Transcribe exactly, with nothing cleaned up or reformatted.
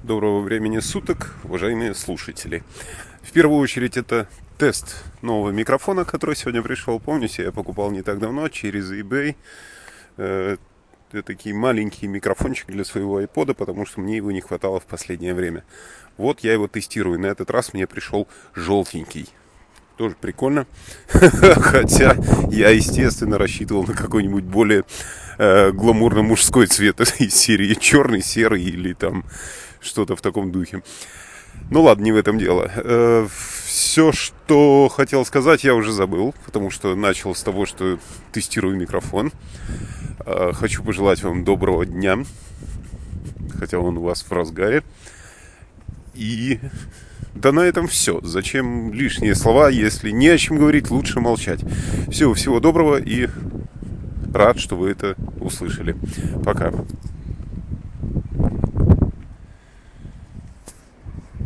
Доброго времени суток, уважаемые слушатели. В первую очередь это тест нового микрофона, который сегодня пришел. Помните, я покупал не так давно через eBay э, такие маленький микрофончик для своего iPod, потому что мне его не хватало в последнее время. Вот я его тестирую. На этот раз мне пришел желтенький. Тоже прикольно. Хотя я, естественно, рассчитывал на какой-нибудь более э, гламурно-мужской цвет из серии черный, серый или там что-то в таком духе. Ну ладно, не в этом дело. Э, все, что хотел сказать, я уже забыл, потому что начал с того, что тестирую микрофон. Э, хочу пожелать вам доброго дня, хотя он у вас в разгаре. И да на этом все. Зачем лишние слова, если не о чем говорить, лучше молчать. Всего, всего доброго и рад, что вы это услышали. Пока.